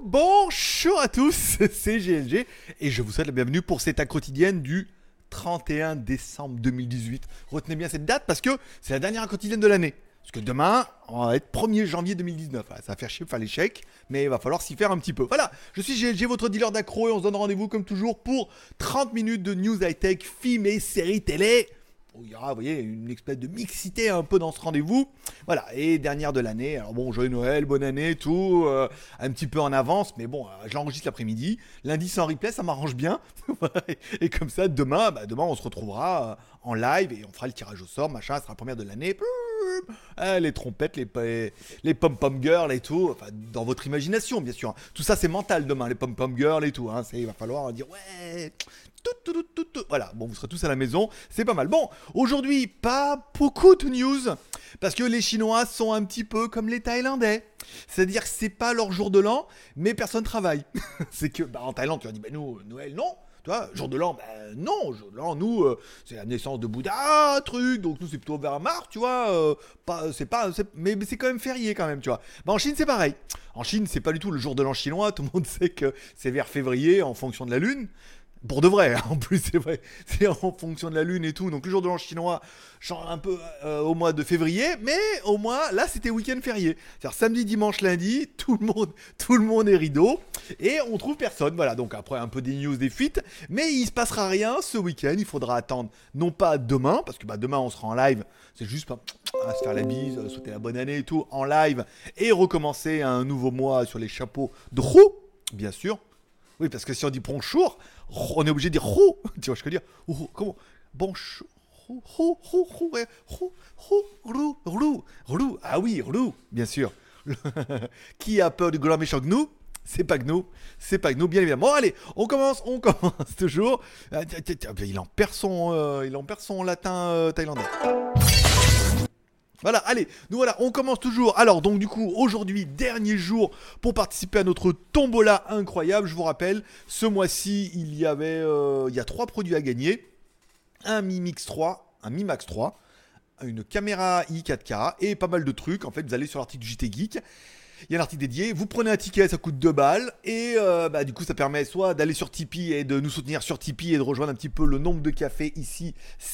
Bonjour à tous, c'est GLG et je vous souhaite la bienvenue pour cette quotidienne du 31 décembre 2018. Retenez bien cette date parce que c'est la dernière quotidienne de l'année. Parce que demain, on va être 1er janvier 2019. Ça va faire chier, faire l'échec, mais il va falloir s'y faire un petit peu. Voilà, je suis GLG, votre dealer d'accro, et on se donne rendez-vous comme toujours pour 30 minutes de news high-tech, films et séries télé. Il y aura, vous voyez, une espèce de mixité un peu dans ce rendez-vous. Voilà, et dernière de l'année. Alors bon, joyeux Noël, bonne année, tout. Un petit peu en avance, mais bon, je l'enregistre l'après-midi. Lundi, c'est en replay, ça m'arrange bien. Et comme ça, demain, on se retrouvera en live et on fera le tirage au sort, machin, ça sera la première de l'année. Les trompettes, les pom-pom girls et tout. Enfin, dans votre imagination, bien sûr. Tout ça, c'est mental demain, les pom-pom girls et tout. Il va falloir dire, ouais... Voilà, bon, vous serez tous à la maison, c'est pas mal. Bon, aujourd'hui, pas beaucoup de news, parce que les Chinois sont un petit peu comme les Thaïlandais. C'est-à-dire que c'est pas leur jour de l'an, mais personne travaille. C'est que, en Thaïlande, tu vas dire, nous, Noël, non. Tu vois, jour de l'an, non, jour de l'an, nous, c'est la naissance de Bouddha, truc, donc nous, c'est plutôt vers mars, tu vois, mais c'est quand même férié, quand même, tu vois. En Chine, c'est pareil. En Chine, c'est pas du tout le jour de l'an chinois, tout le monde sait que c'est vers février, en fonction de la lune. Pour de vrai, en plus c'est vrai, c'est en fonction de la lune et tout, donc le jour de l'an chinois, genre un peu au mois de février, mais au moins là c'était week-end férié, c'est-à-dire samedi, dimanche, lundi, tout le monde est rideau, et on trouve personne, voilà, donc après un peu des news, des fuites, mais il se passera rien ce week-end, il faudra attendre, non pas demain, parce que demain on sera en live, c'est juste à se faire la bise, souhaiter la bonne année et tout, en live, et recommencer un nouveau mois sur les chapeaux de roue, bien sûr. Oui, parce que si on dit bonjour, on est obligé de dire roux. Tu vois, je peux dire comment bonjour, roux. Ah oui, roux, bien sûr. Qui a peur du grand méchant gnou? C'est pas gnou, bien évidemment. Bon, allez, on commence toujours. Il en perd son latin thaïlandais. Voilà, allez, nous voilà, on commence toujours. Alors, donc du coup, aujourd'hui, dernier jour pour participer à notre tombola incroyable. Je vous rappelle, ce mois-ci, il y a 3 produits à gagner. Un Mi Mix 3, un Mi Max 3, une caméra i4K et pas mal de trucs. En fait, vous allez sur l'article du JT Geek. Il y a un article dédié, vous prenez un ticket, ça coûte 2 balles, et du coup ça permet soit d'aller sur Tipeee et de nous soutenir sur Tipeee et de rejoindre un petit peu le nombre de cafés ici,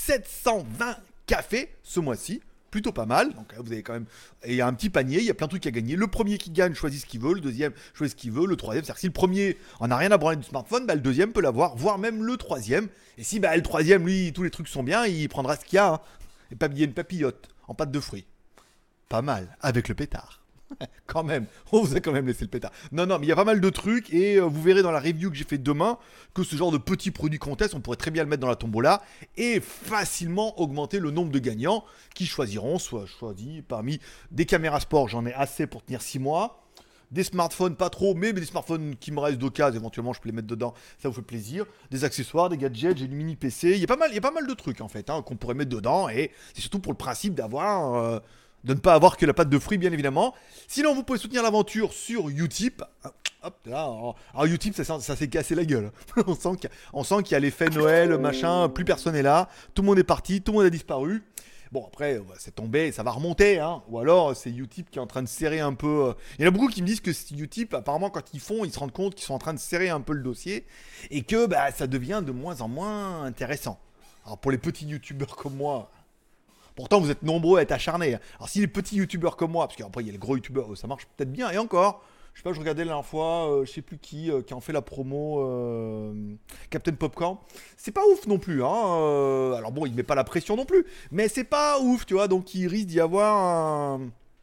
720 cafés ce mois-ci. Plutôt pas mal, donc vous avez quand même, et il y a un petit panier, il y a plein de trucs à gagner. Le premier qui gagne choisit ce qu'il veut, le deuxième choisit ce qu'il veut, le troisième, c'est-à-dire que si le premier en a rien à branler du smartphone, le deuxième peut l'avoir, voire même le troisième. Et si le troisième, lui, tous les trucs sont bien, il prendra ce qu'il y a, et pas une papillote en pâte de fruits. Pas mal, avec le pétard. Quand même, on vous a quand même laissé le pétard. Non, mais il y a pas mal de trucs et vous verrez dans la review que j'ai fait demain que ce genre de petit produit contest, on pourrait très bien le mettre dans la tombola et facilement augmenter le nombre de gagnants qui choisiront, soit choisis parmi des caméras sport, j'en ai assez pour tenir 6 mois. Des smartphones, pas trop, mais des smartphones qui me restent d'occasion, éventuellement je peux les mettre dedans, ça vous fait plaisir. Des accessoires, des gadgets, j'ai une mini PC, il y a pas mal de trucs en fait qu'on pourrait mettre dedans et c'est surtout pour le principe d'avoir... de ne pas avoir que la pâte de fruits, bien évidemment. Sinon, vous pouvez soutenir l'aventure sur Utip. Hop, là, alors Utip, ça s'est cassé la gueule. on sent qu'il y a l'effet Noël, machin, plus personne n'est là, tout le monde est parti, tout le monde a disparu. Bon, après, c'est tombé, ça va remonter, hein. Ou alors, c'est Utip qui est en train de serrer un peu... Il y en a beaucoup qui me disent que Utip, apparemment, quand ils se rendent compte qu'ils sont en train de serrer un peu le dossier et que ça devient de moins en moins intéressant. Alors, pour les petits youtubeurs comme moi... Pourtant, vous êtes nombreux à être acharnés. Alors, si les petits youtubeurs comme moi, parce qu'après, il y a les gros youtubeurs, ça marche peut-être bien. Et encore, je sais pas, je regardais la dernière fois, je sais plus qui en fait la promo, Captain Popcorn. C'est pas ouf non plus, hein. Alors bon, il met pas la pression non plus, mais c'est pas ouf, tu vois. Donc, il risque d'y avoir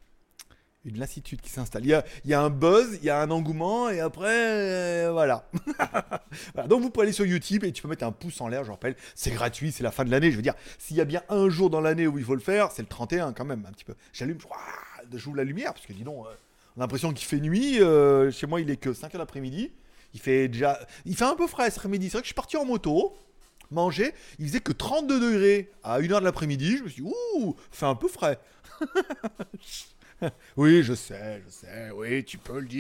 une lassitude qui s'installe. Il y a un buzz, il y a un engouement, et après, voilà. Voilà. Donc vous pouvez aller sur YouTube et tu peux mettre un pouce en l'air, je rappelle, c'est gratuit, c'est la fin de l'année. Je veux dire, s'il y a bien un jour dans l'année où il faut le faire, c'est le 31 quand même, un petit peu. J'allume, j'ouvre la lumière, parce que dis donc, on a l'impression qu'il fait nuit. Chez moi, il est que 5h l'après-midi. Il fait un peu frais cet après-midi. C'est vrai que je suis parti en moto, manger, il faisait que 32 degrés à 1h de l'après-midi. Je me suis dit, fait un peu frais. Oui, je sais, oui, tu peux le dire.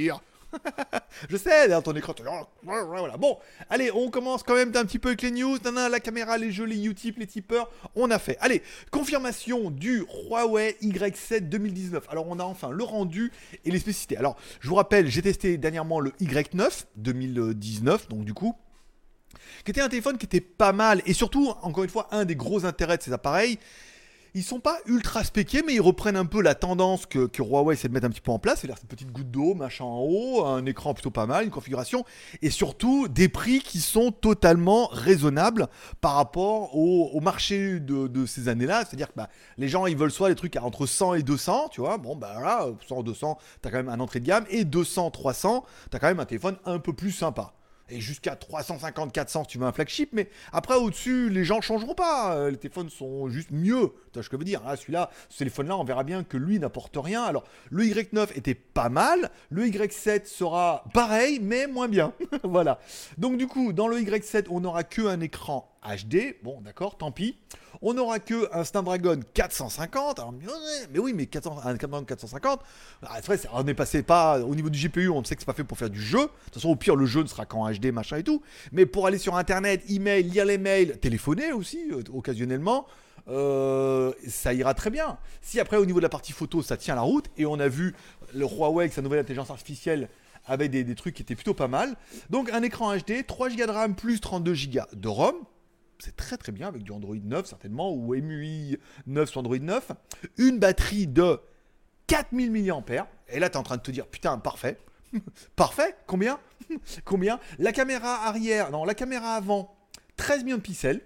Je sais, dans ton écran. Voilà. Bon, allez, on commence quand même un petit peu avec les news. La caméra, les jeux, les Utip, les tipeurs, on a fait. Allez, confirmation du Huawei Y7 2019. Alors, on a enfin le rendu et les spécificités. Alors, je vous rappelle, j'ai testé dernièrement le Y9 2019, donc du coup, qui était un téléphone qui était pas mal. Et surtout, encore une fois, un des gros intérêts de ces appareils, ils sont pas ultra spéqués, mais ils reprennent un peu la tendance que Huawei essaie de mettre un petit peu en place, c'est-à-dire cette petite goutte d'eau, machin en haut, un écran plutôt pas mal, une configuration, et surtout des prix qui sont totalement raisonnables par rapport au marché de ces années-là. C'est-à-dire que les gens, ils veulent soit des trucs entre 100 et 200, tu vois, bon là, 100, 200, t'as quand même un entrée de gamme, et 200, 300, t'as quand même un téléphone un peu plus sympa. Et jusqu'à 350, 400 si tu veux un flagship, mais après au-dessus, les gens changeront pas. Les téléphones sont juste mieux. Tu vois ce que je veux dire. Celui-là, ce téléphone-là, on verra bien que lui n'apporte rien. Alors, le Y9 était pas mal. Le Y7 sera pareil, mais moins bien. Voilà. Donc, du coup, dans le Y7, on n'aura qu'un écran HD. Bon, d'accord, tant pis. On n'aura que un Snapdragon 450. Alors, mais oui, mais 400, un Snapdragon 450. On est passé pas au niveau du GPU. On sait que c'est pas fait pour faire du jeu. De toute façon, au pire, le jeu ne sera qu'en HD, machin et tout. Mais pour aller sur Internet, email, lire les mails, téléphoner aussi, occasionnellement. Ça ira très bien. Si après, au niveau de la partie photo, ça tient la route. Et on a vu le Huawei avec sa nouvelle intelligence artificielle avec des trucs qui étaient plutôt pas mal. Donc, un écran HD, 3 Go de RAM plus 32 Go de ROM. C'est très très bien avec du Android 9 certainement, ou MUI 9 sur Android 9. Une batterie de 4000 mAh. Et là, tu es en train de te dire, putain, parfait. Parfait. Combien Combien La caméra arrière, non, la caméra avant, 13 millions de pixels.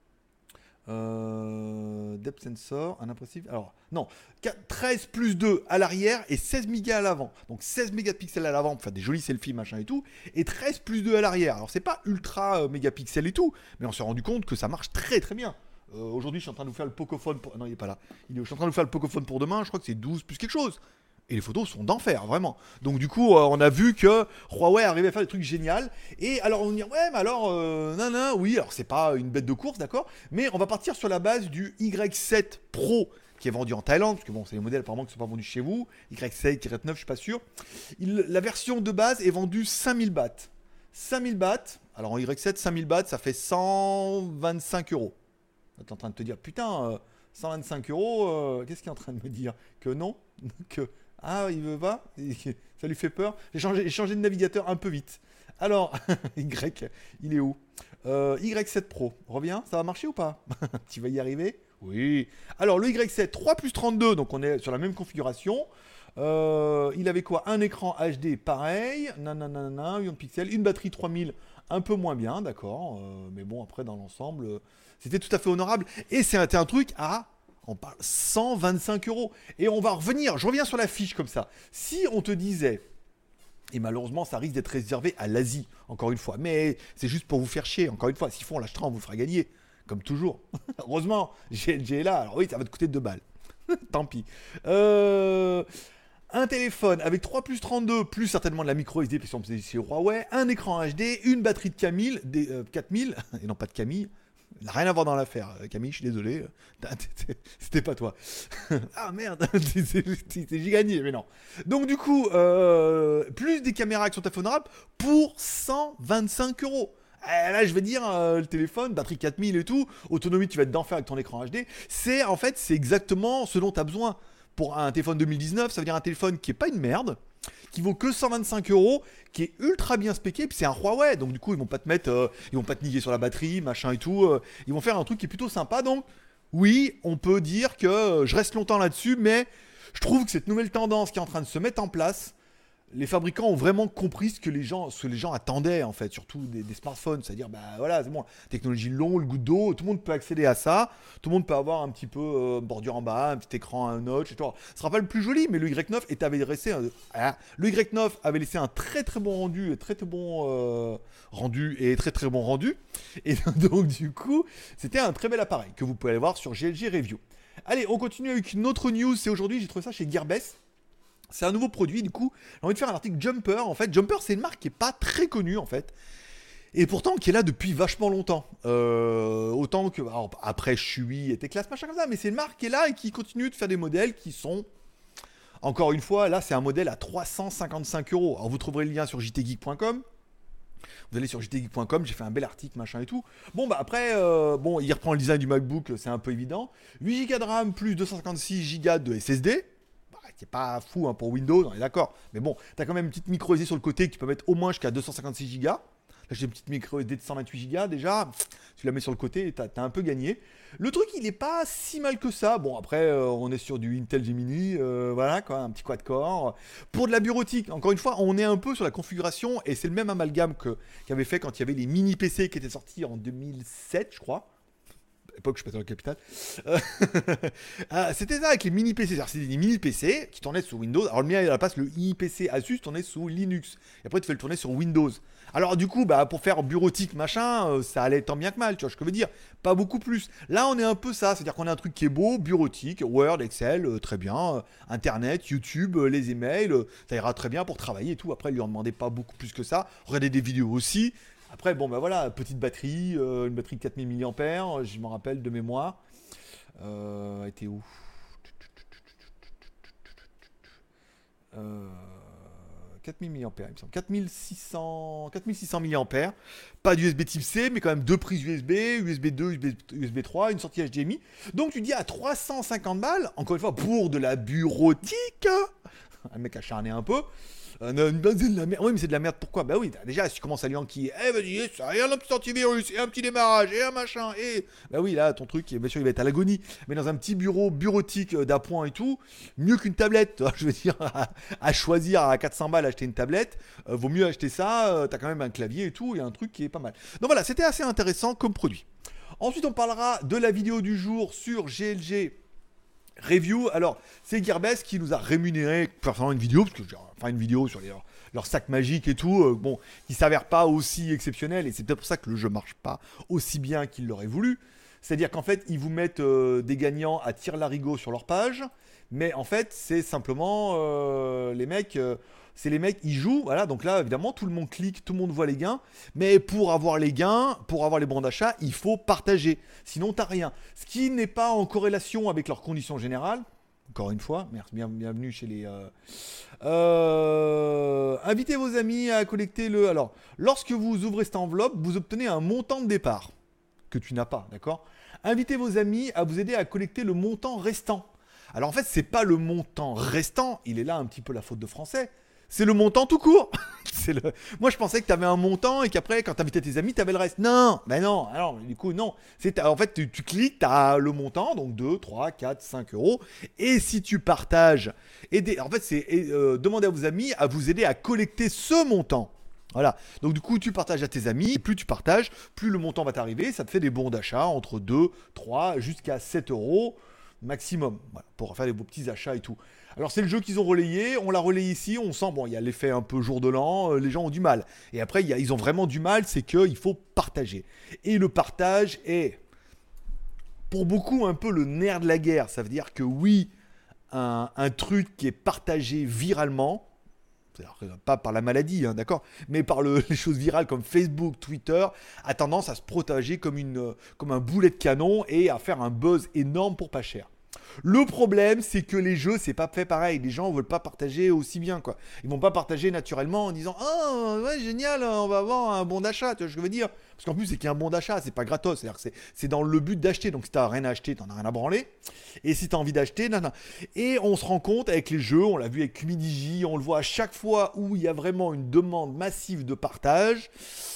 Depth sensor, un impressif. Alors, non, 13 plus 2 à l'arrière et 16 mégas à l'avant. Donc 16 mégapixels à l'avant pour faire des jolis selfies, machin et tout. Et 13 plus 2 à l'arrière. Alors, c'est pas ultra mégapixels et tout, mais on s'est rendu compte que ça marche très très bien. Aujourd'hui, je suis en train de vous faire le Pocophone. Non, il est pas là. Je suis en train de vous faire le Pocophone pour demain. Je crois que c'est 12 plus quelque chose. Et les photos sont d'enfer, vraiment. Donc du coup, on a vu que Huawei arrivait à faire des trucs géniaux. Et alors on va dire, ouais, mais alors, oui, alors c'est pas une bête de course, d'accord. Mais on va partir sur la base du Y7 Pro, qui est vendu en Thaïlande, parce que bon, c'est les modèles apparemment qui ne sont pas vendus chez vous. Y7, Y9, je suis pas sûr. La version de base est vendue 5000 bahts. 5000 bahts, alors en Y7, 5000 bahts, ça fait 125 euros. T'es en train de te dire, putain, 125 euros, qu'est-ce qu'il est en train de me dire? Que non que... Ah, il veut pas. Ça lui fait peur. J'ai changé de navigateur un peu vite. Alors, Y, il est où Y7 Pro, reviens, ça va marcher ou pas? Tu vas y arriver? Oui. Alors, le Y7 3 plus 32, donc on est sur la même configuration. Il avait quoi? Un écran HD pareil, 8 de pixels, une batterie 3000, un peu moins bien, d'accord. Mais bon, après, dans l'ensemble, c'était tout à fait honorable. Et c'était un truc à... On parle 125 euros. Et on va revenir, je reviens sur la fiche comme ça. Si on te disait, et malheureusement ça risque d'être réservé à l'Asie, encore une fois, mais c'est juste pour vous faire chier, encore une fois, s'il faut on l'achètera, on vous le fera gagner, comme toujours. Heureusement, GLG est là, alors oui, ça va te coûter 2 balles. Tant pis. Un téléphone avec 3 plus 32, plus certainement de la micro SD, parce que c'est chez Huawei, un écran HD, une batterie de 4000, 4000 et non pas de Camille. Il n'a rien à voir dans l'affaire. Camille, je suis désolé. C'était pas toi. Ah merde, j'ai gagné, mais non. Donc du coup, plus des caméras qui sont honorables pour 125 euros. Là, je vais dire, le téléphone, batterie 4000 et tout, autonomie, tu vas être d'enfer avec ton écran HD. C'est exactement ce dont tu as besoin. Pour un téléphone 2019, ça veut dire un téléphone qui est pas une merde, qui vaut que 125 euros, qui est ultra bien spéqué, puis c'est un Huawei, donc du coup ils vont pas te mettre, ils vont pas te niquer sur la batterie, machin et tout, ils vont faire un truc qui est plutôt sympa, donc oui, on peut dire que je reste longtemps là-dessus, mais je trouve que cette nouvelle tendance qui est en train de se mettre en place, les fabricants ont vraiment compris ce que les gens attendaient en fait, surtout des smartphones, c'est-à-dire bah voilà, c'est bon, technologie longue, le goutte d'eau, tout le monde peut accéder à ça, tout le monde peut avoir un petit peu bordure en bas, un petit écran, un notch, et tout. Ce sera pas le plus joli, mais le Y9 le Y9 avait laissé un très très bon rendu, très très bon rendu, et donc du coup, c'était un très bel appareil que vous pouvez aller voir sur GLG Review. Allez, on continue avec une autre news, c'est aujourd'hui, j'ai trouvé ça chez Gearbest. C'est un nouveau produit, du coup, j'ai envie de faire un article Jumper. En fait, Jumper, c'est une marque qui n'est pas très connue, en fait. Et pourtant, qui est là depuis vachement longtemps. Autant que... Alors, après, Shui et Teclas, machin comme ça. Mais c'est une marque qui est là et qui continue de faire des modèles qui sont Encore une fois, là, c'est un modèle à 355 euros. Alors, vous trouverez le lien sur jtgeek.com. Vous allez sur jtgeek.com, j'ai fait un bel article, machin et tout. Bon, bah après, bon, il reprend le design du MacBook, c'est un peu évident. 8 Go de RAM plus 256 Go de SSD. Bah, c'est pas fou hein, pour Windows, on est d'accord. Mais bon, t'as quand même une petite micro SD sur le côté que tu peux mettre au moins jusqu'à 256 Go. Là, j'ai une petite micro SD de 128 Go déjà. Tu la mets sur le côté et t'as un peu gagné. Le truc, il est pas si mal que ça. Bon, après, on est sur du Intel Gemini. Voilà, quoi, un petit quad-core. Pour de la bureautique, encore une fois, on est un peu sur la configuration. Et c'est le même amalgame qu'avait fait quand il y avait les mini PC qui étaient sortis en 2007, je crois. À l'époque, je passais dans la capitale. C'était ça avec les mini PC. C'est-à-dire, c'était des mini PC qui tournaient sous Windows. Alors, le mien, à la place, le mini PC Asus tournait sous Linux. Et après, tu fais le tourner sur Windows. Alors, du coup, bah, pour faire bureautique, machin, ça allait tant bien que mal. Tu vois ce que je veux dire? Pas beaucoup plus. Là, on est un peu ça. C'est-à-dire qu'on a un truc qui est beau, bureautique, Word, Excel, très bien. Internet, YouTube, les emails. Ça ira très bien pour travailler et tout. Après, lui en demandait pas beaucoup plus que ça. Regarder des vidéos aussi. Après, bon, bah voilà, petite batterie, une batterie de 4000 mAh, je m'en rappelle de mémoire. Elle était où 4000 mAh, il me semble. 4600 mAh. Pas d'USB type C, mais quand même deux prises USB, USB 2, USB 3, une sortie HDMI. Donc tu dis à 350 balles, encore une fois, pour de la bureautique, un mec acharné un peu. C'est de la merde. Oui, mais c'est de la merde. Pourquoi? Bah oui, déjà, si tu commences à lui enquiller, vas-y, ça y a un petit antivirus, et un petit démarrage, et un machin, et. Bah oui, là, ton truc, bien sûr, il va être à l'agonie. Mais dans un petit bureau bureautique d'appoint et tout, mieux qu'une tablette. Je veux dire, à choisir à 400 balles acheter une tablette, vaut mieux acheter ça. T'as quand même un clavier et tout, et un truc qui est pas mal. Donc voilà, c'était assez intéressant comme produit. Ensuite, on parlera de la vidéo du jour sur GLG. Review, alors c'est Gearbest qui nous a rémunéré pour faire une vidéo, parce que enfin une vidéo sur leur sac magique et tout, bon, qui s'avère pas aussi exceptionnel, et c'est peut-être pour ça que le jeu marche pas aussi bien qu'il l'aurait voulu. C'est-à-dire qu'en fait, ils vous mettent des gagnants à tire-larigot sur leur page, mais en fait, c'est simplement les mecs. C'est les mecs, ils jouent, voilà, donc là, évidemment, tout le monde clique, tout le monde voit les gains, mais pour avoir les gains, pour avoir les bons d'achat, il faut partager, sinon t'as rien. Ce qui n'est pas en corrélation avec leurs conditions générales, encore une fois, merci, bienvenue chez les... invitez vos amis à collecter le... Alors, lorsque vous ouvrez cette enveloppe, vous obtenez un montant de départ, que tu n'as pas, d'accord? Invitez vos amis à vous aider à collecter le montant restant. Alors en fait, c'est pas le montant restant, il est là un petit peu la faute de français, c'est le montant tout court. Moi, je pensais que tu avais un montant et qu'après, quand tu invitais tes amis, tu avais le reste. Non, ben non. Alors, du coup, non. En fait, tu cliques, tu as le montant, donc 2, 3, 4, 5 euros. Et si tu partages, en fait, c'est demander à vos amis à vous aider à collecter ce montant. Voilà. Donc, du coup, tu partages à tes amis. Et plus tu partages, plus le montant va t'arriver. Ça te fait des bons d'achat entre 2, 3, jusqu'à 7 euros maximum. Voilà, pour faire vos petits achats et tout. Alors c'est le jeu qu'ils ont relayé, on l'a relayé ici, on sent, bon, il y a l'effet un peu jour de l'an, les gens ont du mal. Et après, ils ont vraiment du mal, c'est qu'il faut partager. Et le partage est, pour beaucoup, un peu le nerf de la guerre. Ça veut dire que oui, un truc qui est partagé viralement, pas par la maladie, hein, d'accord, mais par les choses virales comme Facebook, Twitter, a tendance à se propager comme un boulet de canon et à faire un buzz énorme pour pas cher. Le problème, c'est que les jeux, c'est pas fait pareil. Les gens veulent pas partager aussi bien, quoi. Ils vont pas partager naturellement en disant oh ouais génial, on va avoir un bon d'achat. Tu vois ce que je veux dire? Parce qu'en plus, c'est qu'il y a un bon d'achat, c'est pas gratos. C'est-à-dire que c'est dans le but d'acheter. Donc si t'as rien à acheter, t'en as rien à branler. Et si t'as envie d'acheter, non. Et on se rend compte avec les jeux, on l'a vu avec Kumidigi, on le voit à chaque fois où il y a vraiment une demande massive de partage.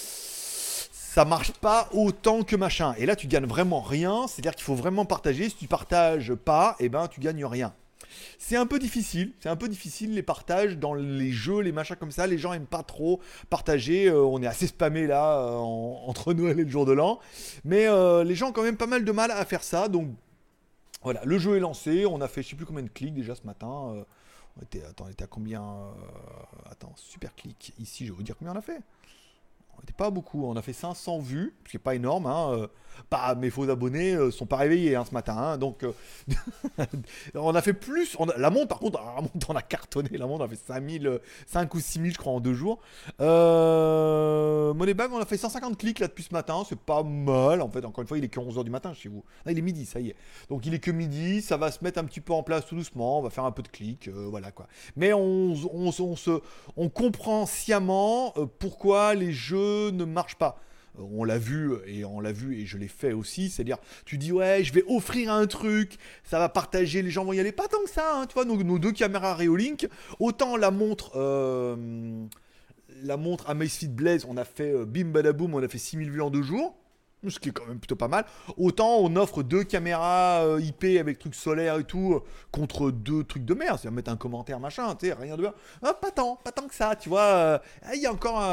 Ça marche pas autant que machin. Et là, tu gagnes vraiment rien. C'est-à-dire qu'il faut vraiment partager. Si tu partages pas, eh ben, tu gagnes rien. C'est un peu difficile. C'est un peu difficile les partages dans les jeux, les machins comme ça. Les gens aiment pas trop partager. On est assez spammé là entre Noël et le jour de l'an. Mais les gens ont quand même pas mal de mal à faire ça. Donc voilà, le jeu est lancé. On a fait je sais plus combien de clics déjà ce matin. On était à combien Attends, super clic. Ici, je vais vous dire combien on a fait. On était pas beaucoup. On a fait 500 vues, ce qui est pas énorme. Hein. Mes faux abonnés sont pas réveillés ce matin. Hein. Donc, on a fait plus. La montre, par contre, on a cartonné. La montre, on a fait 5 ou 6 000, je crois, en 2 jours. Moneybag, on a fait 150 clics là depuis ce matin. C'est pas mal. En fait, encore une fois, il est que 11h du matin chez vous. Là, il est midi, ça y est. Donc, il est que midi. Ça va se mettre un petit peu en place tout doucement. On va faire un peu de clics. Voilà quoi. Mais on comprend sciemment pourquoi les jeux ne marchent pas. On l'a vu et je l'ai fait aussi, c'est-à-dire tu dis ouais je vais offrir un truc, ça va partager, les gens vont y aller, pas tant que ça, hein, tu vois, nos 2 caméras Reolink, autant la montre Amazfit Blaze, on a fait bim badaboum, on a fait 6000 vues en 2 jours, ce qui est quand même plutôt pas mal. Autant on offre 2 caméras IP avec trucs solaires et tout contre 2 trucs de merde, c'est-à-dire mettre un commentaire machin, tu sais, rien de bien. Pas tant que ça, tu vois. Il y a encore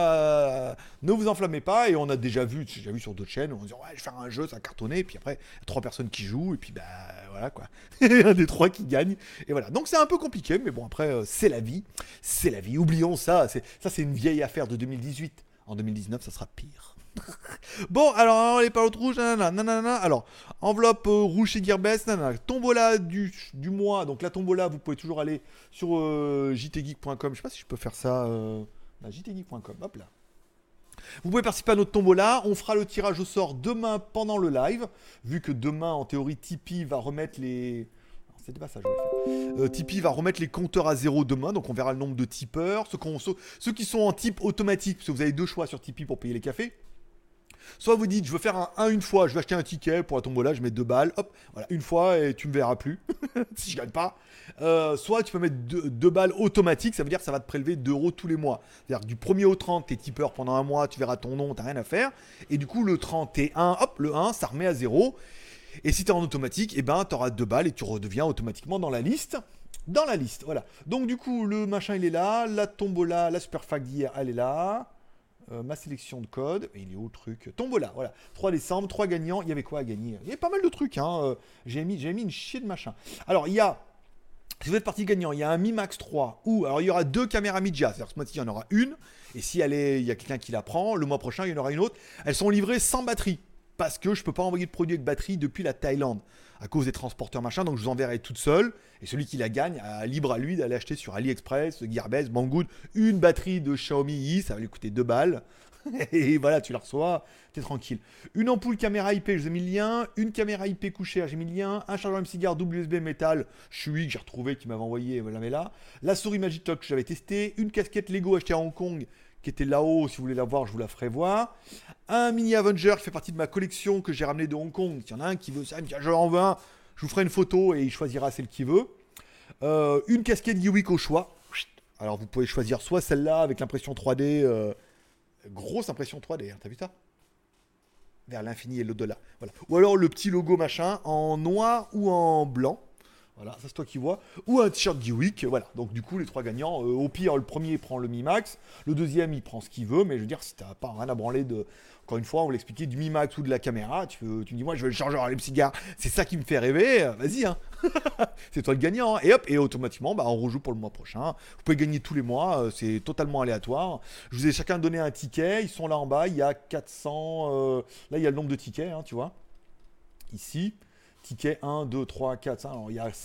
ne vous enflammez pas, et on a déjà vu sur d'autres chaînes, on se dit ouais, je vais faire un jeu, ça a cartonné, et puis après 3 personnes qui jouent, et puis bah voilà quoi. Un des 3 qui gagne, et voilà. Donc c'est un peu compliqué, mais bon après c'est la vie. Oublions ça, c'est une vieille affaire de 2018. En 2019, ça sera pire. Bon, alors, les palottes rouges, nanana. Alors, enveloppe rouge chez Gearbest, nanana. Tombola du mois. Donc, la tombola, vous pouvez toujours aller sur jtgeek.com. Je sais pas si je peux faire ça. jtgeek.com, hop là. Vous pouvez participer à notre tombola. On fera le tirage au sort demain pendant le live. Vu que demain, en théorie, Tipeee va remettre les... C'était pas ça, je voulais faire. Tipeee va remettre les compteurs à 0 demain, donc on verra le nombre de tipeurs. Ceux qui sont en type automatique, parce que vous avez 2 choix sur Tipeee pour payer les cafés. Soit vous dites, je veux faire une fois, je vais acheter un ticket pour la tombola, je mets 2 balles, hop, voilà, une fois et tu me verras plus, si je gagne pas. Soit tu peux mettre 2 balles automatiques, ça veut dire que ça va te prélever 2 euros tous les mois. C'est-à-dire que du 1er au 30, t'es tipeur pendant un mois, tu verras ton nom, t'as rien à faire. Et du coup, le 31, hop, le 1, ça remet à 0. Et si t'es en automatique, eh ben, t'auras 2 balles et tu redeviens automatiquement dans la liste. Voilà. Donc du coup, le machin, il est là. La tombola, la superfac d'hier, elle est là. Ma sélection de code, il est où le truc? Tombola, voilà. 3 décembre, 3 gagnants. Il y avait quoi à gagner? Il y avait pas mal de trucs, hein. J'ai mis une chier de machin. Alors, il y a, si vous êtes parti gagnant, il y a un Mi Max 3 où, alors il y aura 2 caméras Midja. C'est-à-dire que ce mois-ci, il y en aura une. Et si il y a quelqu'un qui la prend, le mois prochain, il y en aura une autre. Elles sont livrées sans batterie. Parce que je peux pas envoyer de produit avec batterie depuis la Thaïlande. À cause des transporteurs machin, donc je vous enverrai toute seule. Et celui qui la gagne, libre à lui d'aller acheter sur AliExpress, Gearbest, Banggood, une batterie de Xiaomi I, ça va lui coûter 2 balles. Et voilà, tu la reçois, t'es tranquille. Une ampoule caméra IP, je vous ai mis le lien. Une caméra IP couchère, j'ai mis le lien. Un chargeur M-Cigare double USB métal, Shui, que j'ai retrouvé, qui m'avait envoyé, voilà, mais là. La souris Magitalk que j'avais testé. Une casquette Lego achetée à Hong Kong, qui était là-haut, si vous voulez la voir, je vous la ferai voir. Un mini Avenger qui fait partie de ma collection que j'ai ramené de Hong Kong. S'il y en a un qui veut ça, il me dit, je en veux un. Je vous ferai une photo et il choisira celle qu'il veut. Une casquette Geewick au choix. Alors vous pouvez choisir soit celle-là avec l'impression 3D, grosse impression 3D, hein, t'as vu ça? Vers l'infini et l'au-delà. Voilà. Ou alors le petit logo machin en noir ou en blanc. Voilà, ça c'est toi qui vois. Ou un t-shirt Geewick, voilà. Donc du coup, les 3 gagnants, au pire, le premier prend le Mi Max, le deuxième, il prend ce qu'il veut, mais je veux dire, si t'as pas rien à branler de... Encore une fois, on va l'expliquer, du Mi Max ou de la caméra, tu me dis, moi, je veux le chargeur à cigare, c'est ça qui me fait rêver, vas-y, hein. C'est toi le gagnant, hein. Et hop, et automatiquement, bah, on rejoue pour le mois prochain. Vous pouvez gagner tous les mois, c'est totalement aléatoire. Je vous ai chacun donné un ticket, ils sont là en bas, il y a 400... là, il y a le nombre de tickets, hein, tu vois, ici. Tickets 1, 2, 3, 4, 5. Alors il y a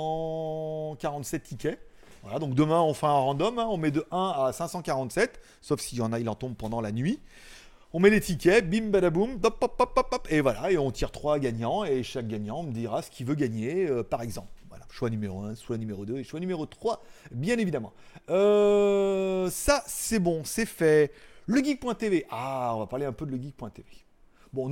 547 tickets. Voilà, donc demain on fait un random, hein, on met de 1 à 547, sauf s'il y en a, il en tombe pendant la nuit. On met les tickets, bim badaboum, hop, hop, hop, hop, hop, et voilà, et on tire 3 gagnants, et chaque gagnant me dira ce qu'il veut gagner, par exemple. Voilà, choix numéro 1, choix numéro 2 et choix numéro 3, bien évidemment. Ça, c'est bon, c'est fait. Le Geek.tv. Ah, on va parler un peu de le Geek.tv. Bon,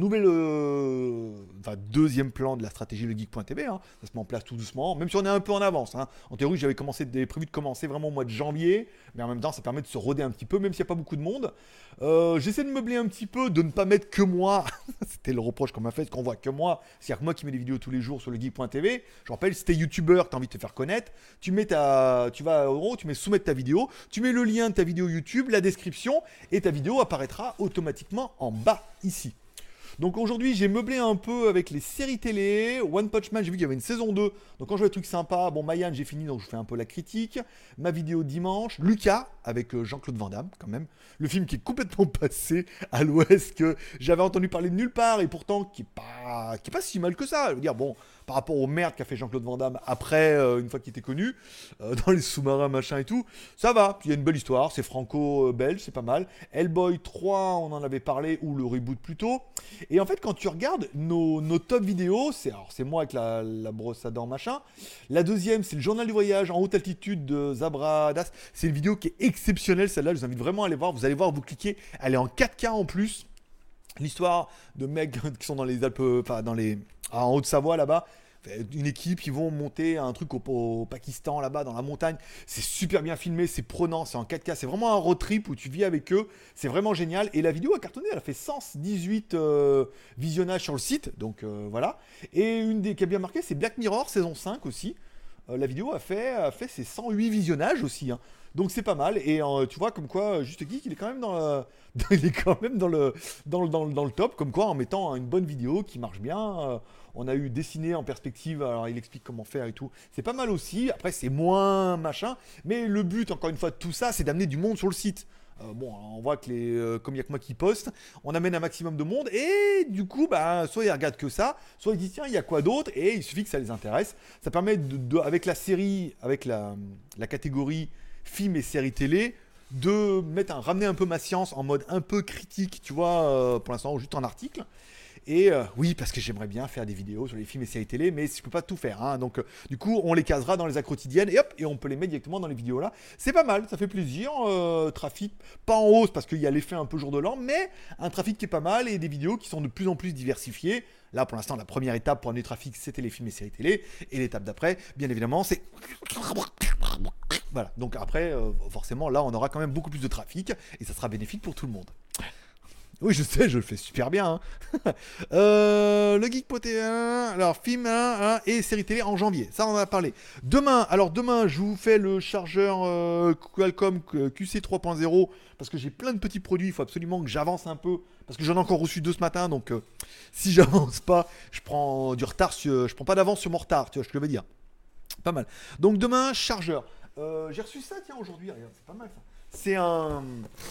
deuxième plan de la stratégie le Geek.tv, hein. Ça se met en place tout doucement, même si on est un peu en avance, hein. En théorie, j'avais prévu de commencer vraiment au mois de janvier, mais en même temps, ça permet de se roder un petit peu, même s'il n'y a pas beaucoup de monde. J'essaie de meubler un petit peu, de ne pas mettre que moi. C'était le reproche qu'on m'a fait, qu'on voit que moi. C'est-à-dire que moi qui mets des vidéos tous les jours sur le Geek.tv, je rappelle, si t'es youtubeur, t'as envie de te faire connaître, tu mets soumettre ta vidéo, tu mets le lien de ta vidéo YouTube, la description, et ta vidéo apparaîtra automatiquement en bas, ici. Donc aujourd'hui, j'ai meublé un peu avec les séries télé. One Punch Man, j'ai vu qu'il y avait une saison 2. Donc quand je vois des trucs sympas, bon, Mayan, j'ai fini, donc je fais un peu la critique. Ma vidéo dimanche. Lucas, avec Jean-Claude Van Damme, quand même. Le film qui est complètement passé à l'ouest, que j'avais entendu parler de nulle part, et pourtant qui est pas si mal que ça. Je veux dire, bon, par rapport aux merdes qu'a fait Jean-Claude Van Damme après, une fois qu'il était connu, dans les sous-marins, machin et tout, ça va. Puis il y a une belle histoire, c'est franco-belge, c'est pas mal. Hellboy 3, on en avait parlé, ou le reboot plutôt. Et en fait, quand tu regardes nos top vidéos, c'est moi avec la brosse à dents, machin. La deuxième, c'est le journal du voyage en haute altitude de Zabradas. C'est une vidéo qui est exceptionnelle, celle-là, je vous invite vraiment à aller voir. Vous allez voir, vous cliquez, elle est en 4K en plus. L'histoire de mecs qui sont dans les Alpes, enfin en Haute-Savoie là-bas, une équipe qui vont monter un truc au Pakistan là-bas dans la montagne. C'est super bien filmé, c'est prenant, c'est en 4K, c'est vraiment un road trip où tu vis avec eux. C'est vraiment génial. Et la vidéo a cartonné, elle a fait 118 visionnages sur le site, donc voilà. Et une des qui a bien marqué, c'est Black Mirror saison 5 aussi. La vidéo a fait ses 108 visionnages aussi, hein. Donc c'est pas mal. Et tu vois, comme quoi, Juste Geek, il est quand même il est quand même dans le top. Comme quoi, en mettant une bonne vidéo qui marche bien. On a eu dessiné en perspective. Alors il explique comment faire et tout. C'est pas mal aussi. Après, c'est moins machin. Mais le but, encore une fois, de tout ça, c'est d'amener du monde sur le site. Bon, on voit que comme il n'y a que moi qui poste, on amène un maximum de monde et du coup, bah, soit ils regardent que ça, soit ils disent tiens, il y a quoi d'autre et il suffit que ça les intéresse. Ça permet avec la série, avec la catégorie films et séries télé, de ramener un peu ma science en mode un peu critique, tu vois, pour l'instant juste en article. Et oui, parce que j'aimerais bien faire des vidéos sur les films et séries télé, mais je peux pas tout faire, hein. Donc du coup, on les casera dans les actes quotidiennes et hop, et on peut les mettre directement dans les vidéos là. C'est pas mal, ça fait plaisir. Trafic pas en hausse parce qu'il y a l'effet un peu jour de l'an, mais un trafic qui est pas mal et des vidéos qui sont de plus en plus diversifiées. Là, pour l'instant, la première étape pour amener du trafic, c'était les films et séries télé, et l'étape d'après, bien évidemment, c'est voilà. Donc après, forcément, là, on aura quand même beaucoup plus de trafic et ça sera bénéfique pour tout le monde. Oui, je sais, je le fais super bien, hein. Le Geek Poté 1, alors film 1 et série télé en janvier. Ça, on en a parlé. Demain, je vous fais le chargeur Qualcomm QC 3.0 parce que j'ai plein de petits produits. Il faut absolument que j'avance un peu parce que j'en ai encore reçu 2 ce matin. Donc, si j'avance pas, je prends du retard. Je prends pas d'avance sur mon retard. Tu vois ce que je veux dire. Pas mal. Donc, demain, chargeur. J'ai reçu ça, tiens, aujourd'hui. Regarde, c'est pas mal ça. C'est un.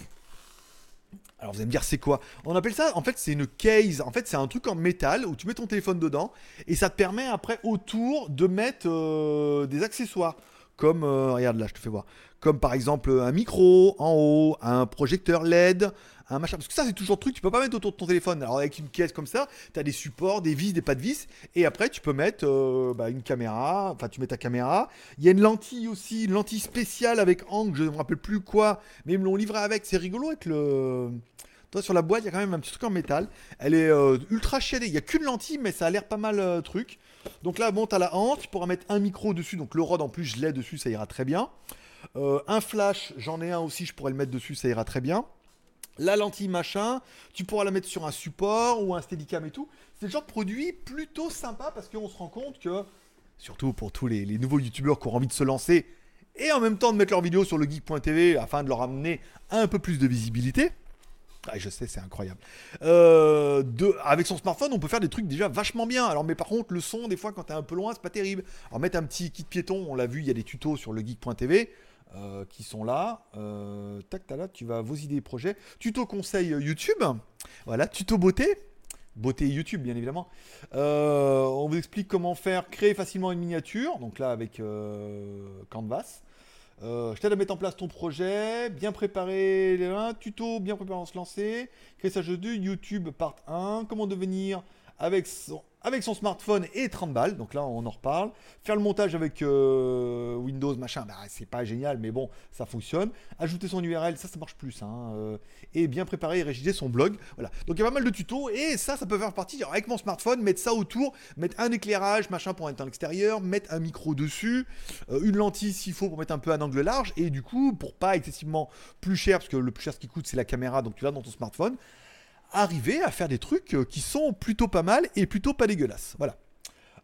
Alors vous allez me dire c'est quoi? On appelle ça, en fait c'est une case, en fait c'est un truc en métal où tu mets ton téléphone dedans et ça te permet après autour de mettre des accessoires. Comme, regarde là je te fais voir, comme par exemple un micro en haut, un projecteur LED, un machin. Parce que ça c'est toujours le truc, tu peux pas mettre autour de ton téléphone. Alors avec une caisse comme ça, tu as des supports, des vis, des pas de vis. Et après tu peux mettre une caméra, enfin tu mets ta caméra. Il y a une lentille aussi, une lentille spéciale avec angle, je ne me rappelle plus quoi. Mais ils me l'ont livré avec, c'est rigolo avec le... Toi, sur la boîte, il y a quand même un petit truc en métal. Elle est ultra chiadée. Il n'y a qu'une lentille, mais ça a l'air pas mal truc. Donc là, bon, tu as la hanche. Tu pourras mettre un micro dessus. Donc le rod, en plus, je l'ai dessus, ça ira très bien. Un flash, j'en ai un aussi, je pourrais le mettre dessus, ça ira très bien. La lentille, machin. Tu pourras la mettre sur un support ou un Steadicam et tout. C'est le genre de produit plutôt sympa parce qu'on se rend compte que, surtout pour tous les nouveaux youtubeurs qui ont envie de se lancer et en même temps de mettre leurs vidéos sur legeek.tv afin de leur amener un peu plus de visibilité. Ah, je sais, c'est incroyable. Avec son smartphone, on peut faire des trucs déjà vachement bien. Alors, mais par contre, le son, des fois, quand t'es un peu loin, c'est pas terrible. Alors, mettre un petit kit piéton, on l'a vu, il y a des tutos sur legeek.tv qui sont là. Tac, t'as là, tu vas à vos idées et projets. Tuto conseil YouTube. Voilà, tuto beauté. Beauté YouTube, bien évidemment. On vous explique comment créer facilement une miniature. Donc là, avec Canvas. Je t'aide à mettre en place ton projet, bien préparer un tuto, bien préparé à se lancer, créer sa jeu de YouTube part 1, comment devenir avec son smartphone et 30 balles, donc là on en reparle, faire le montage avec Windows machin, bah, c'est pas génial mais bon ça fonctionne, ajouter son URL, ça marche plus, hein, et bien préparer et rédiger son blog, voilà, donc il y a pas mal de tutos et ça peut faire partie, avec mon smartphone, mettre ça autour, mettre un éclairage machin pour être à l'extérieur, mettre un micro dessus, une lentille s'il faut pour mettre un peu un angle large et du coup pour pas excessivement plus cher, parce que le plus cher ce qui coûte c'est la caméra, donc tu vas dans ton smartphone, arriver à faire des trucs qui sont plutôt pas mal et plutôt pas dégueulasses. Voilà.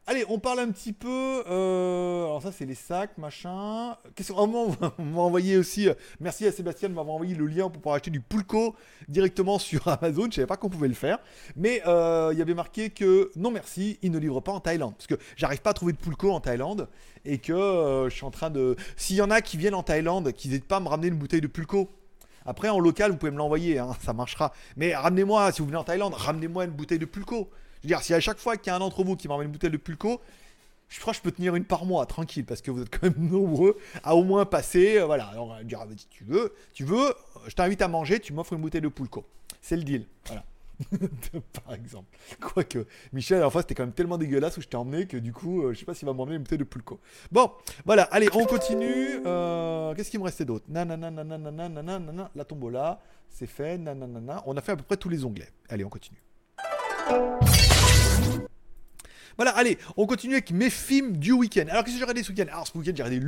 Allez, on parle un petit peu. Alors ça, c'est les sacs, machin. Qu'est-ce qu'on on m'a envoyé aussi. Merci à Sébastien de m'avoir envoyé le lien pour pouvoir acheter du Pulco directement sur Amazon. Je savais pas qu'on pouvait le faire, mais il y avait marqué que non merci, ils ne livrent pas en Thaïlande parce que j'arrive pas à trouver de Pulco en Thaïlande et que je suis en train de. S'il y en a qui viennent en Thaïlande, qu'ils n'hésitent pas à me ramener une bouteille de Pulco. Après, en local, vous pouvez me l'envoyer, hein, ça marchera. Mais ramenez-moi, si vous venez en Thaïlande, ramenez-moi une bouteille de Pulco. Je veux dire, si à chaque fois qu'il y a un d'entre vous qui m'emmène une bouteille de Pulco, je crois que je peux tenir une par mois, tranquille, parce que vous êtes quand même nombreux à au moins passer. Voilà, alors on va dire, si tu veux, je t'invite à manger, tu m'offres une bouteille de Pulco. C'est le deal, voilà. Par exemple. Quoique, Michel, la fois, c'était quand même tellement dégueulasse où je t'ai emmené que du coup, je sais pas s'il va m'emmener une bouteille de Pulco. Bon, voilà, allez, on continue. Qu'est-ce qu'il me restait d'autre? Nanana, la tombola, c'est fait. Nanana. On a fait à peu près tous les onglets. Allez, on continue. Voilà, allez, on continue avec mes films du week-end. Alors, qu'est-ce que j'ai regardé ce week-end? Alors, ce week-end, j'ai regardé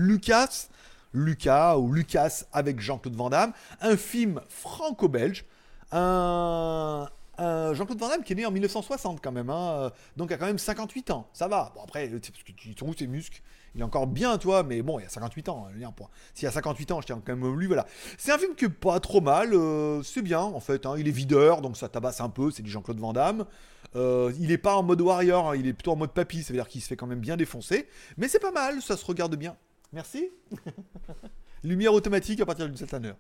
Lucas avec Jean-Claude Van Damme, un film franco-belge, un Jean-Claude Van Damme qui est né en 1960 quand même, hein, donc a quand même 58 ans, ça va. Bon après, parce que tu trouves ses muscles, il est encore bien, toi, mais bon, il y a 58 ans. S'il y a 58 ans, je tiens quand même lui, voilà. C'est un film qui est pas trop mal, c'est bien en fait, hein, il est videur, donc ça tabasse un peu, c'est du Jean-Claude Van Damme. Il est pas en mode warrior, hein, il est plutôt en mode papy, ça veut dire qu'il se fait quand même bien défoncer, mais c'est pas mal, ça se regarde bien. Merci. Lumière automatique à partir d'une certaine heure.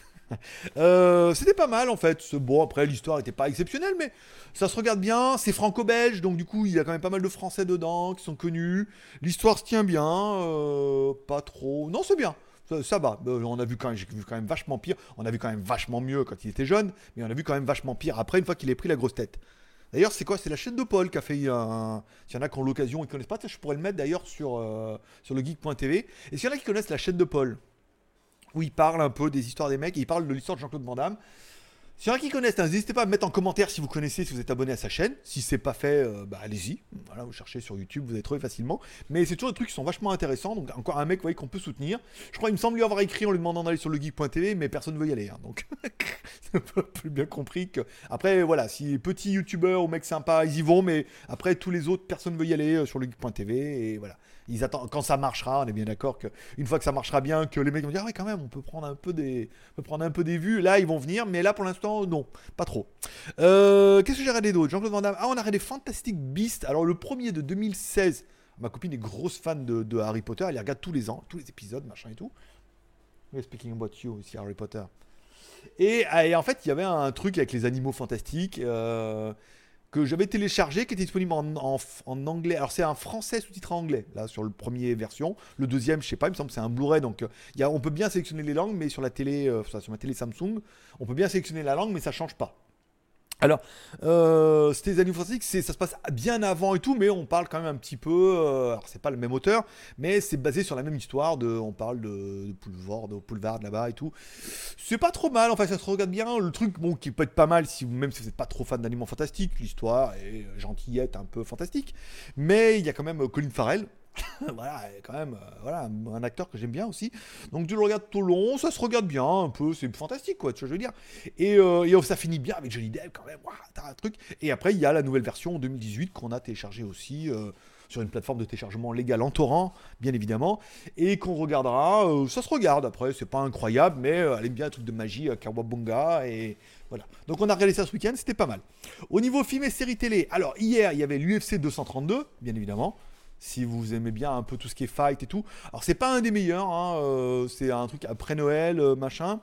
C'était pas mal en fait. Bon, après l'histoire était pas exceptionnelle, mais ça se regarde bien. C'est franco-belge, donc du coup il y a quand même pas mal de Français dedans qui sont connus. L'histoire se tient bien, pas trop. Non, c'est bien. Ça va. On a vu quand même, j'ai vu quand même vachement pire. On a vu quand même vachement mieux quand il était jeune, mais on a vu quand même vachement pire après une fois qu'il ait pris la grosse tête. D'ailleurs, c'est quoi? C'est la chaîne de Paul qui a fait un. S'il y en a qui ont l'occasion et qui connaissent pas, je pourrais le mettre d'ailleurs sur le geek.tv. Et s'il y en a qui connaissent la chaîne de Paul, où il parle un peu des histoires des mecs, et il parle de l'histoire de Jean-Claude Van Damme. S'il y en a qui connaissent, hein, n'hésitez pas à me mettre en commentaire si vous connaissez, si vous êtes abonné à sa chaîne. Si c'est pas fait, allez-y. Voilà, vous cherchez sur YouTube, vous allez trouver facilement. Mais c'est toujours des trucs qui sont vachement intéressants. Donc encore un mec, vous voyez, qu'on peut soutenir. Je crois, il me semble lui avoir écrit en lui demandant d'aller sur le geek.tv, mais personne ne veut y aller. Hein, donc c'est un peu bien compris que. Après, voilà, si les petits youtubeurs ou mecs sympas, ils y vont, mais après tous les autres, personne ne veut y aller sur le geek.tv. Et voilà. Ils attendent quand ça marchera, on est bien d'accord qu'une fois que ça marchera bien, que les mecs vont dire ah ouais quand même on peut prendre un peu des vues, là ils vont venir, mais là pour l'instant non, pas trop. Qu'est-ce que j'ai regardé d'autre? Jean-Claude Van Damme. Ah, on a regardé Fantastic Beasts. Alors le premier de 2016. Ma copine est grosse fan de Harry Potter, elle les regarde tous les ans, tous les épisodes, machin et tout. We're speaking about you aussi Harry Potter. Et en fait il y avait un truc avec les animaux fantastiques. Que j'avais téléchargé, qui était disponible en anglais. Alors c'est un français sous-titré anglais, là, sur le premier version. Le deuxième, je sais pas, il me semble que c'est un Blu-ray, donc on peut bien sélectionner les langues, mais sur la télé, sur ma télé Samsung, on peut bien sélectionner la langue, mais ça change pas. Alors, c'était des animaux fantastiques, ça se passe bien avant et tout, mais on parle quand même un petit peu. Alors, c'est pas le même auteur, mais c'est basé sur la même histoire. On parle de Poulvard là-bas et tout. C'est pas trop mal, enfin, ça se regarde bien. Le truc, bon, qui peut être pas mal, même si vous n'êtes pas trop fan d'animaux fantastiques, l'histoire est gentillette, un peu fantastique. Mais il y a quand même Colin Farrell. Voilà, quand même, voilà, un acteur que j'aime bien aussi. Donc tu le regardes tout le long, ça se regarde bien, un peu, c'est fantastique, quoi, tu vois, je veux dire. Et ça finit bien avec Johnny Depp, quand même, waouh, t'as un truc. Et après, il y a la nouvelle version en 2018 qu'on a téléchargée aussi sur une plateforme de téléchargement légale en torrent, bien évidemment, et qu'on regardera. Ça se regarde après, c'est pas incroyable, mais elle aime bien un truc de magie, Kawabunga, et voilà. Donc on a regardé ça ce week-end, c'était pas mal. Au niveau film et séries télé, alors hier, il y avait l'UFC 232, bien évidemment. Si vous aimez bien un peu tout ce qui est fight et tout. Alors c'est pas un des meilleurs, hein, c'est un truc après Noël, machin.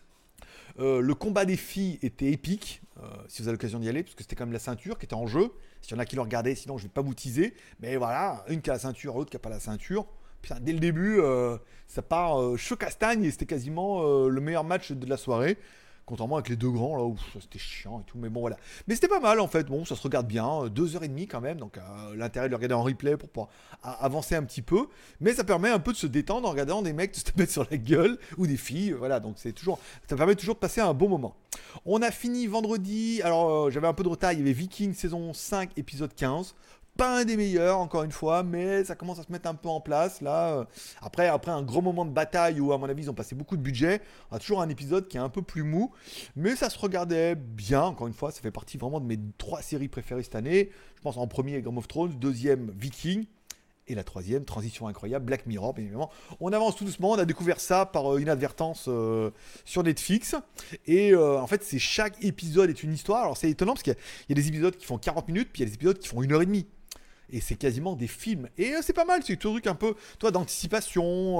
Le combat des filles était épique, si vous avez l'occasion d'y aller, parce que c'était quand même la ceinture qui était en jeu. S'il y en a qui le regardaient, sinon je vais pas vous teaser. Mais voilà, une qui a la ceinture, l'autre qui a pas la ceinture. Putain, dès le début, ça part chaud castagne et c'était quasiment le meilleur match de la soirée. Contrairement avec les deux grands, là, où c'était chiant et tout, mais bon, voilà. Mais c'était pas mal, en fait, bon, ça se regarde bien, 2h30 quand même, donc l'intérêt de le regarder en replay pour pouvoir avancer un petit peu, mais ça permet un peu de se détendre en regardant des mecs se taper sur la gueule, ou des filles, voilà, donc ça permet toujours de passer un bon moment. On a fini vendredi, alors j'avais un peu de retard, il y avait Vikings saison 5, épisode 15, pas un des meilleurs, encore une fois, mais ça commence à se mettre un peu en place. Là, après un gros moment de bataille où, à mon avis, ils ont passé beaucoup de budget, on a toujours un épisode qui est un peu plus mou, mais ça se regardait bien. Encore une fois, ça fait partie vraiment de mes 3 séries préférées cette année. Je pense en premier Game of Thrones, deuxième Viking. Et la troisième, transition incroyable, Black Mirror, bien évidemment. On avance tout doucement, on a découvert ça par inadvertance sur Netflix. Et en fait, chaque épisode est une histoire. Alors c'est étonnant parce qu'il y a des épisodes qui font 40 minutes, puis il y a des épisodes qui font 1h30. Et c'est quasiment des films. Et c'est pas mal, c'est tout un truc un peu, toi, d'anticipation,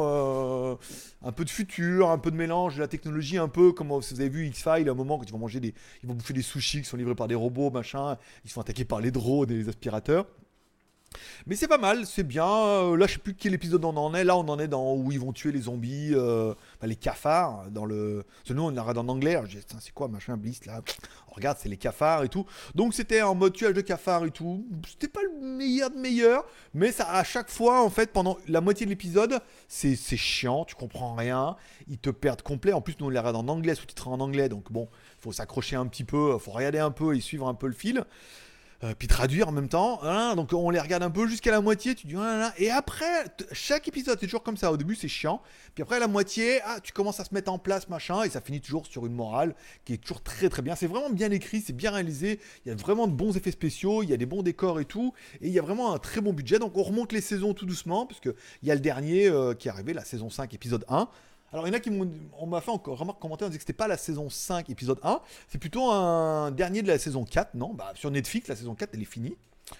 un peu de futur, un peu de mélange de la technologie, un peu comme si vous avez vu X-Files à un moment, quand ils vont ils vont bouffer des sushis qui sont livrés par des robots, machin, ils se font attaquer par les drones et les aspirateurs. Mais c'est pas mal, c'est bien. Là, je sais plus quel épisode on en est. Là, on en est dans où ils vont tuer les zombies, enfin, les cafards. Dans le... Parce que nous, on l'a regarde en anglais. Alors, je dis, c'est quoi, machin, Bliss, là. On regarde, c'est les cafards et tout. Donc, c'était en mode tuage de cafards et tout. C'était pas le meilleur de meilleur. Mais ça, à chaque fois, en fait, pendant la moitié de l'épisode, c'est chiant. Tu comprends rien. Ils te perdent complet. En plus, nous, on les regarde en anglais, sous-titré en anglais. Donc, bon, faut s'accrocher un petit peu. Faut regarder un peu et suivre un peu le fil. Puis traduire en même temps, hein, donc on les regarde un peu jusqu'à la moitié, tu dis et après chaque épisode c'est toujours comme ça, au début c'est chiant, puis après à la moitié, tu commences à se mettre en place machin, et ça finit toujours sur une morale qui est toujours très très bien, c'est vraiment bien écrit, c'est bien réalisé, il y a vraiment de bons effets spéciaux, il y a des bons décors et tout, et il y a vraiment un très bon budget, donc on remonte les saisons tout doucement, parce qu'il y a le dernier qui est arrivé, la saison 5 épisode 1. Alors, il y en a qui m'a fait encore remarque commentaire, on disait que c'était pas la saison 5, épisode 1, c'est plutôt un dernier de la saison 4, non, bah sur Netflix, la saison 4, elle est finie.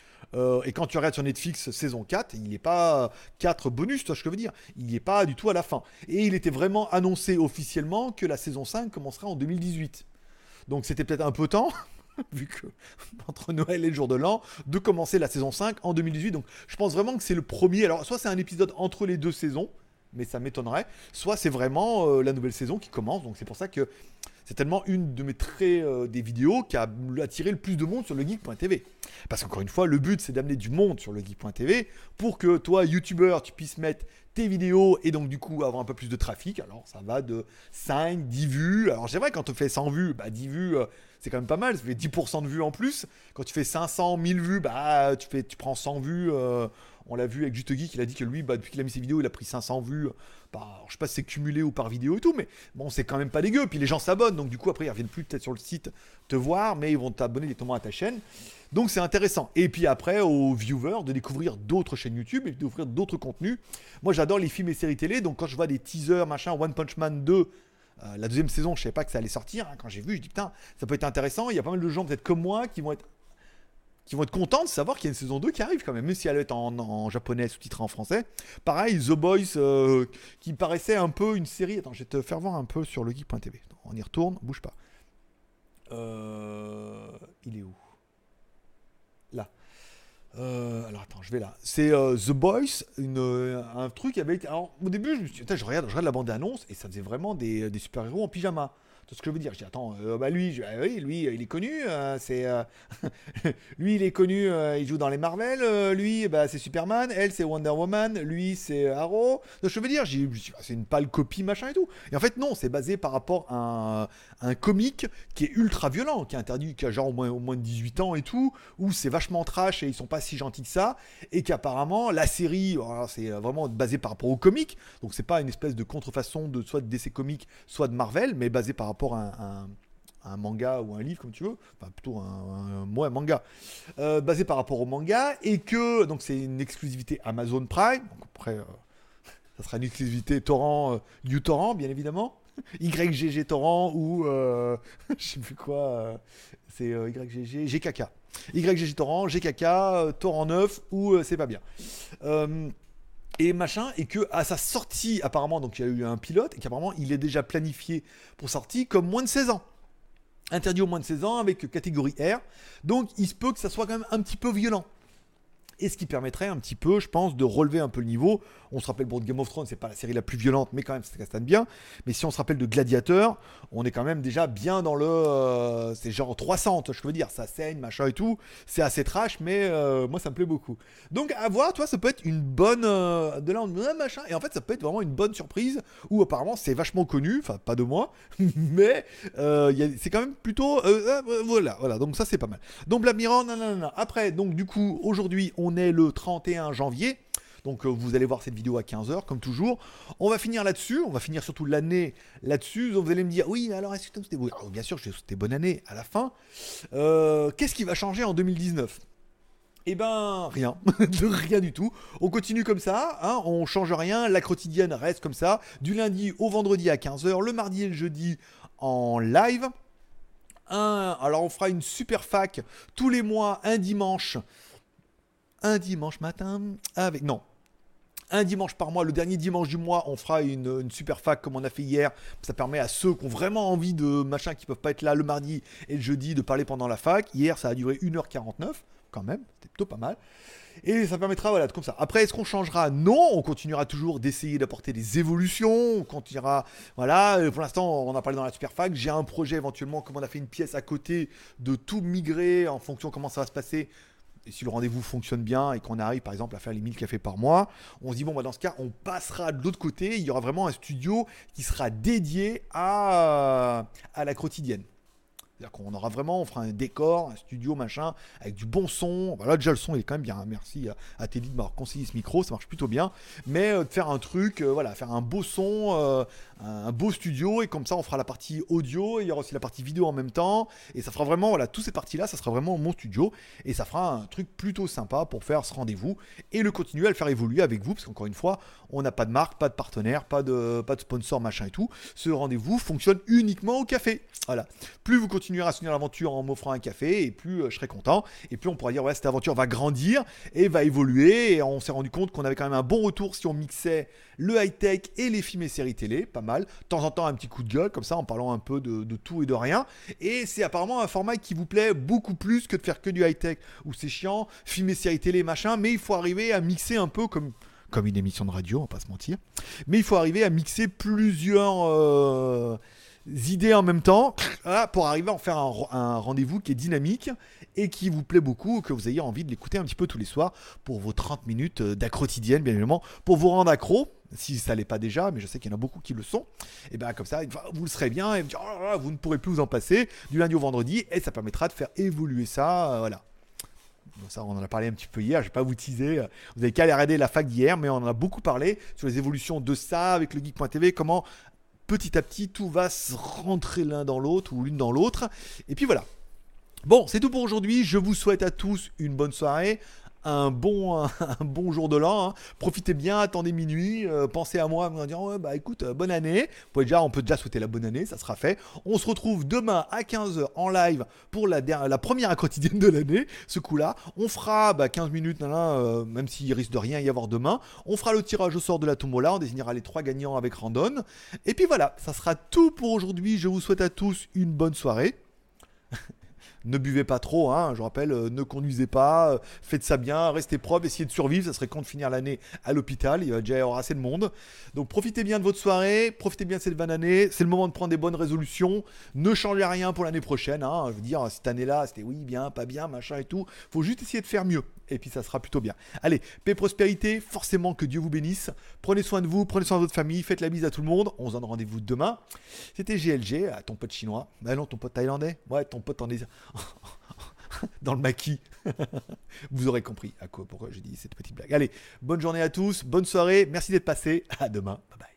Et quand tu regardes sur Netflix saison 4, il n'est pas 4 bonus, tu vois ce que je veux dire. Il n'y est pas du tout à la fin. Et il était vraiment annoncé officiellement que la saison 5 commencera en 2018. Donc c'était peut-être un peu temps, vu que entre Noël et le jour de l'an, de commencer la saison 5 en 2018. Donc je pense vraiment que c'est le premier. Alors soit c'est un épisode entre les deux saisons, mais ça m'étonnerait. Soit c'est vraiment la nouvelle saison qui commence. Donc c'est pour ça que c'est tellement une de mes traits des vidéos qui a attiré le plus de monde sur le geek.tv. Parce qu'encore une fois, le but c'est d'amener du monde sur le geek.tv pour que toi, youtubeur, tu puisses mettre tes vidéos et donc du coup avoir un peu plus de trafic. Alors ça va de 5, 10 vues. Alors c'est vrai, quand tu fais 100 vues, 10 vues, c'est quand même pas mal. Ça fait 10% de vues en plus. Quand tu fais 500, 1000 vues, tu prends 100 vues. On l'a vu avec Juste Geek, il a dit que lui, depuis qu'il a mis ses vidéos, il a pris 500 vues. Je sais pas si c'est cumulé ou par vidéo et tout, mais bon, c'est quand même pas dégueu. Puis les gens s'abonnent, donc du coup, après, ils reviennent plus peut-être sur le site te voir, mais ils vont t'abonner directement à ta chaîne. Donc c'est intéressant. Et puis après, aux viewers, de découvrir d'autres chaînes YouTube et de découvrir d'autres contenus. Moi, j'adore les films et séries télé, donc quand je vois des teasers, machin, One Punch Man 2, la deuxième saison, je savais pas que ça allait sortir. Quand j'ai vu, je dis putain, ça peut être intéressant. Il y a pas mal de gens, peut-être comme moi, qui vont être contents de savoir qu'il y a une saison 2 qui arrive quand même si elle est en japonais, sous-titrée en français. Pareil, The Boys, qui paraissait un peu une série. Attends, je vais te faire voir un peu sur le geek.tv. On y retourne, bouge pas. Il est où? Là. Alors attends, je vais là. C'est The Boys, un truc avec. Alors au début, je me suis dit, je regarde la bande-annonce et ça faisait vraiment des super-héros en pyjama. Tu vois ce que je veux dire? Je dis, attends, lui, il est connu, lui, il est connu, il joue dans les Marvel, lui, c'est Superman, elle, c'est Wonder Woman, lui, c'est Arrow. Donc, je veux dire, c'est une pâle copie, machin et tout. Et en fait, non, c'est basé par rapport à un comique qui est ultra violent, qui est interdit, qui a genre au moins de 18 ans et tout, où c'est vachement trash et ils sont pas si gentils que ça, et qu'apparemment, la série, c'est vraiment basé par rapport au comique, donc c'est pas une espèce de contrefaçon de soit de DC Comics, soit de Marvel, mais basé par rapport à un manga ou un livre comme tu veux, enfin plutôt un manga, basé par rapport au manga, et que donc c'est une exclusivité Amazon Prime, donc après ça sera une exclusivité torrent, uTorrent bien évidemment, YGG Torrent ou je sais plus quoi, c'est YGG GKK, YGG Torrent, GKK, Torrent 9 ou c'est pas bien. Et machin, et que à sa sortie, apparemment, donc il y a eu un pilote, et qu'apparemment il est déjà planifié pour sortie comme moins de 16 ans. Interdit aux moins de 16 ans avec catégorie R. Donc il se peut que ça soit quand même un petit peu violent. Et ce qui permettrait un petit peu, je pense, de relever un peu le niveau. On se rappelle, bon, de Game of Thrones, c'est pas la série la plus violente, mais quand même, ça castagne bien. Mais si on se rappelle de Gladiator, on est quand même déjà bien dans le... c'est genre 300, je veux dire, ça saigne, machin et tout. C'est assez trash, mais moi, ça me plaît beaucoup. Donc, à voir, toi, ça peut être une bonne... de là, machin. Et en fait, ça peut être vraiment une bonne surprise, où apparemment, c'est vachement connu, enfin, pas de moi, mais c'est quand même plutôt... voilà, donc ça, c'est pas mal. Donc, Black Mirror, non. Après, donc, du coup, aujourd'hui, on on est le 31 janvier. Donc vous allez voir cette vidéo à 15h comme toujours. On va finir là-dessus, on va finir surtout l'année là-dessus. Donc vous allez me dire, oui, alors est-ce que c'était... Oui, alors, bien sûr, je vais souhaiter bonne année à la fin. Qu'est-ce qui va changer en 2019 ? Eh ben, rien, de rien du tout. On continue comme ça, hein, on change rien, la quotidienne reste comme ça, du lundi au vendredi à 15h, le mardi et le jeudi en live. Alors on fera une super fac tous les mois, un dimanche matin, avec... Non, un dimanche par mois, le dernier dimanche du mois, on fera une super fac comme on a fait hier. Ça permet à ceux qui ont vraiment envie de machin, qui peuvent pas être là le mardi et le jeudi, de parler pendant la fac. Hier, ça a duré 1h49, quand même, c'était plutôt pas mal. Et ça permettra, voilà, comme ça. Après, est-ce qu'on changera ? Non, on continuera toujours d'essayer d'apporter des évolutions. On continuera, voilà. Pour l'instant, on a parlé dans la super fac. J'ai un projet éventuellement, comme on a fait une pièce à côté, de tout migrer en fonction de comment ça va se passer. Et si le rendez-vous fonctionne bien et qu'on arrive par exemple à faire les 1000 cafés par mois, on se dit bon bah dans ce cas on passera de l'autre côté, il y aura vraiment un studio qui sera dédié à la quotidienne. C'est-à-dire qu'on aura vraiment, on fera un décor, un studio, machin, avec du bon son. Voilà, déjà le son il est quand même bien. Merci à Teddy de m'avoir conseillé ce micro, ça marche plutôt bien. Mais de faire un truc, voilà, faire un beau son, un beau studio, et comme ça on fera la partie audio, et il y aura aussi la partie vidéo en même temps. Et ça fera vraiment, voilà, toutes ces parties-là, ça sera vraiment mon studio. Et ça fera un truc plutôt sympa pour faire ce rendez-vous et le continuer à le faire évoluer avec vous, parce qu'encore une fois, on n'a pas de marque, pas de partenaire, pas de sponsor, machin et tout. Ce rendez-vous fonctionne uniquement au café. Voilà. Plus vous continuerez à soutenir l'aventure en m'offrant un café, et plus je serai content. Et plus on pourra dire, ouais, cette aventure va grandir et va évoluer. Et on s'est rendu compte qu'on avait quand même un bon retour si on mixait le high-tech et les films et séries télé. Pas mal. De temps en temps, un petit coup de gueule, comme ça, en parlant un peu de tout et de rien. Et c'est apparemment un format qui vous plaît beaucoup plus que de faire que du high-tech, où c'est chiant, films et séries télé, machin. Mais il faut arriver à mixer un peu comme une émission de radio, on va pas se mentir. Mais il faut arriver à mixer plusieurs idées en même temps, voilà, pour arriver à en faire un rendez-vous qui est dynamique et qui vous plaît beaucoup, que vous ayez envie de l'écouter un petit peu tous les soirs pour vos 30 minutes d'accro-quotidienne, bien évidemment, pour vous rendre accro, si ça l'est pas déjà, mais je sais qu'il y en a beaucoup qui le sont. Et bien comme ça, vous le serez bien et vous, vous ne pourrez plus vous en passer du lundi au vendredi, et ça permettra de faire évoluer ça, voilà. Donc ça, on en a parlé un petit peu hier, je vais pas vous teaser, vous avez qu'à aller regarder la fac d'hier, mais on en a beaucoup parlé sur les évolutions de ça avec le geek.tv, comment petit à petit tout va se rentrer l'un dans l'autre ou l'une dans l'autre. Et puis voilà. Bon, c'est tout pour aujourd'hui, je vous souhaite à tous une bonne soirée, un bon jour de l'an, hein. Profitez bien, attendez minuit, pensez à moi, me dire ouais, bah écoute, bonne année. On peut déjà souhaiter la bonne année, ça sera fait. On se retrouve demain à 15h en live pour la première quotidienne de l'année, ce coup-là. On fera 15 minutes, même s'il risque de rien y avoir demain. On fera le tirage au sort de la tombola, on désignera les 3 gagnants avec Randon. Et puis voilà, ça sera tout pour aujourd'hui. Je vous souhaite à tous une bonne soirée. Ne buvez pas trop, hein, je rappelle, ne conduisez pas, faites ça bien, restez propre, essayez de survivre, ça serait con de finir l'année à l'hôpital, il va déjà y avoir assez de monde. Donc profitez bien de votre soirée, profitez bien de cette bonne année, c'est le moment de prendre des bonnes résolutions, ne changez rien pour l'année prochaine, hein, je veux dire, cette année-là, c'était oui, bien, pas bien, machin et tout, faut juste essayer de faire mieux, et puis ça sera plutôt bien. Allez, paix, prospérité, forcément que Dieu vous bénisse, prenez soin de vous, prenez soin de votre famille, faites la bise à tout le monde, on se donne rendez-vous demain. C'était GLG, ton pote chinois, bah non, ton pote thaïlandais, ouais, ton pote en dans le maquis. Vous aurez compris pourquoi je dis cette petite blague. Allez, bonne journée à tous, bonne soirée, merci d'être passé, à demain, bye bye.